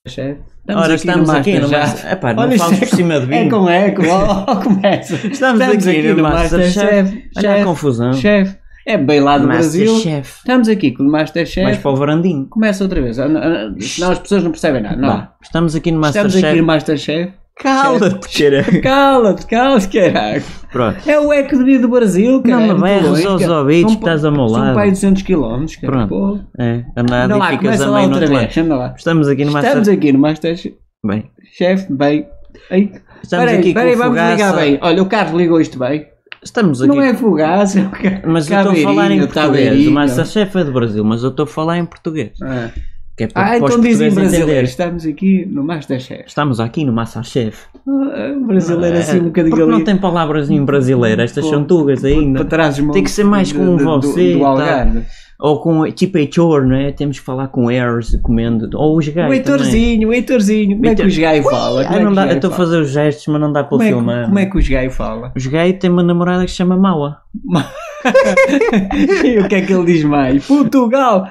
chefe. Ora, estamos aqui no Masterchef. Epá, não fales por cima de mim. É com eco, começa. Estamos aqui no Masterchef. Olha a confusão. Chefe. É bem lá do Brasil. Masterchef. Estamos aqui com o Masterchef. Mais para o varandinho. Começa outra vez. Senão as pessoas não percebem nada. Não. Estamos aqui no Masterchef. Estamos aqui no Masterchef. Cala-te, caralho. Cala-te, caralho. Pronto. É o eco de vida do Brasil, cara. Não me berres aos ouvidos que estás ao meu lado. São para aí 200 km, cara. Pronto. É, andar e ficas a meio no outro lado. Estamos aqui no Masterchef. Estamos aqui no Masterchef. Bem. Chefe, bem. Estamos aqui com o vamos ligar bem. Olha, o Carlos ligou isto bem. Estamos aqui. Não é Fugaça, é o mas eu estou a falar em português. O Masterchef é do Brasil, mas eu estou a falar em português. Que é para então dizem brasileiro. Estamos aqui no Masterchef. Estamos aqui no Masterchef. Brasileiro assim um bocadinho porque ali. Não tem palavras em brasileiro. Estas são tugas ainda. Tem que ser mais com você. Do Algarve. Ou com tipo Heitor, não é? Temos que falar com airs, comendo. Ou os gajos. O Heitorzinho. Como é que os gajos falam? Eu estou a fazer os gestos, mas não dá para filmar. Como é que os gajos falam? Os gajos têm uma namorada que se chama Maua. E o que é que ele diz mais? Portugal!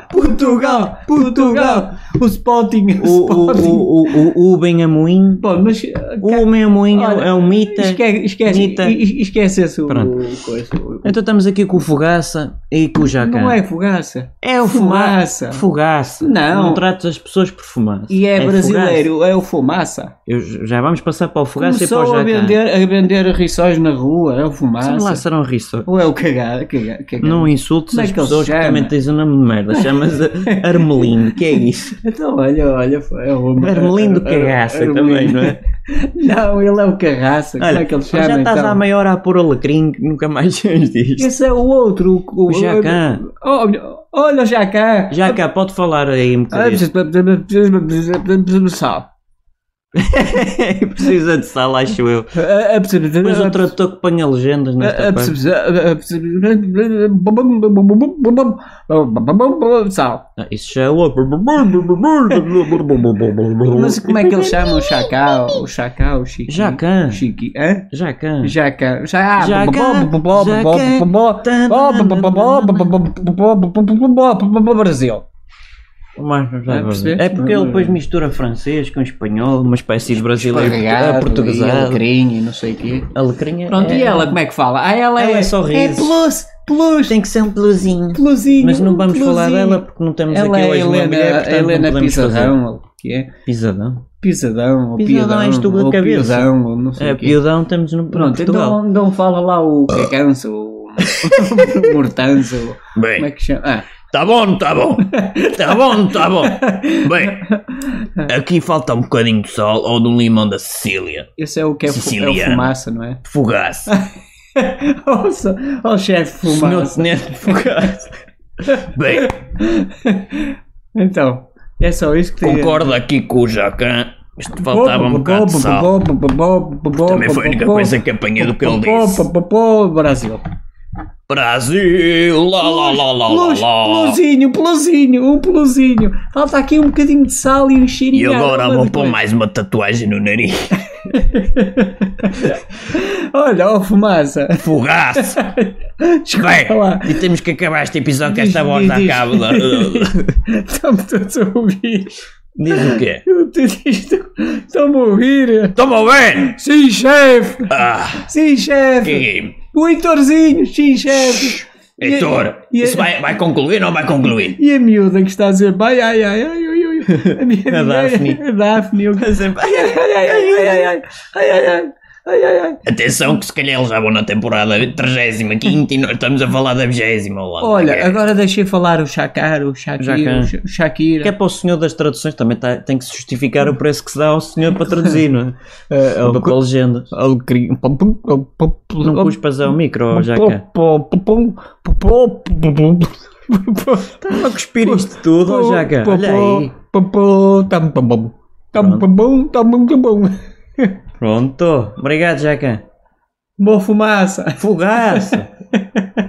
O Sporting! O Ben Amoim. O Ben Amoim é um Mita. Esquece esse coisa. Então estamos aqui com o Fugaça e com o Jacan. Não é Fugaça. É o Fumaça. Fugaça. Não trates as pessoas por fumaça. E é brasileiro, Fugaça. É o Fumaça. Já vamos passar para o Fugaça. Começou e para o Jacan. a vender rissóis na rua, é o Fumaça. Só lá serão rissóis. Ou é o cagar. Não insultes as pessoas que também tens o nome de merda. Chamas Armelindo, que é isso? Então olha, é o Armelindo Cagaça também, não é? Não, ele é o Carraça. Como é que ele chama? Já estás há meia hora a pôr alecrim, nunca mais tens disto. Esse é o outro. O Jacan. Olha o Jacan. Jacan, pode falar aí um bocadinho. Sal. Precisa de sal, acho eu. Mas o tradutor que põe legendas nesta parte. Sal. Isso já é o. Mas como é que ele chama o Chacal? O Chacal, o Chiqui? Jacan. Chiqui, hã? Jacan. Brasil. É porque ele depois mistura francês com espanhol, uma espécie de brasileiro portuguesado. Alecrim e não sei o quê. Alecrim. Pronto, e ela como é que fala? Ela é sorriso. É plus. Tem que ser um plusinho. Mas não vamos falar dela porque não temos aqui hoje uma mulher, portanto Helena Pisadão, o que é? Pisadão? Pisadão, ou Piadão, és tu ou cabeça. Piadão, ou não sei o quê. Piadão temos no Portugal. Então fala lá o Cacanço, o Mortanço, como é que chama? Tá bom. Bem, aqui falta um bocadinho de sol ou de um limão da Sicília. Esse é o que é o Fumaça, não é? Fugaça. O chefe Fumaça. Senhor Tenente Fugaça. Bem. Então, é só isso que tem. Concordo aqui com o Jacan. Isto faltava um bocado de sal. Também foi a única coisa que apanhei do que ele disse. Brasil, lá. Peluzinho. Falta aqui um bocadinho de sal e um cheirinho. E agora vou pôr mais uma tatuagem no nariz. Olha, Fumaça. Fugaço. E temos que acabar este episódio que esta voz acaba. Estamos todos a ouvir. Diz o quê? Estão-me a ouvir. Estão-me a ouvir? Sim, chefe. Sim, Que chefe. O Heitorzinho, sim, chefe. Heitor, isso vai concluir ou não vai concluir? E a miúda que está a dizer, ai. A minha Daphne. A Daphne. Eu quero sempre, ai. Atenção que se calhar eles já vão na temporada 35ª e nós estamos a falar da 20ª. Olha, agora deixei falar o Shakira. Que é para o senhor das traduções, também tem que se justificar o preço que se dá ao senhor para traduzir, não é? Para a legenda. Não cuspas ao micro, Jaca. Está a cuspir isto tudo, Jaca. Olha aí. Pronto. Obrigado, Jaca. Boa Fumaça. Fugaça.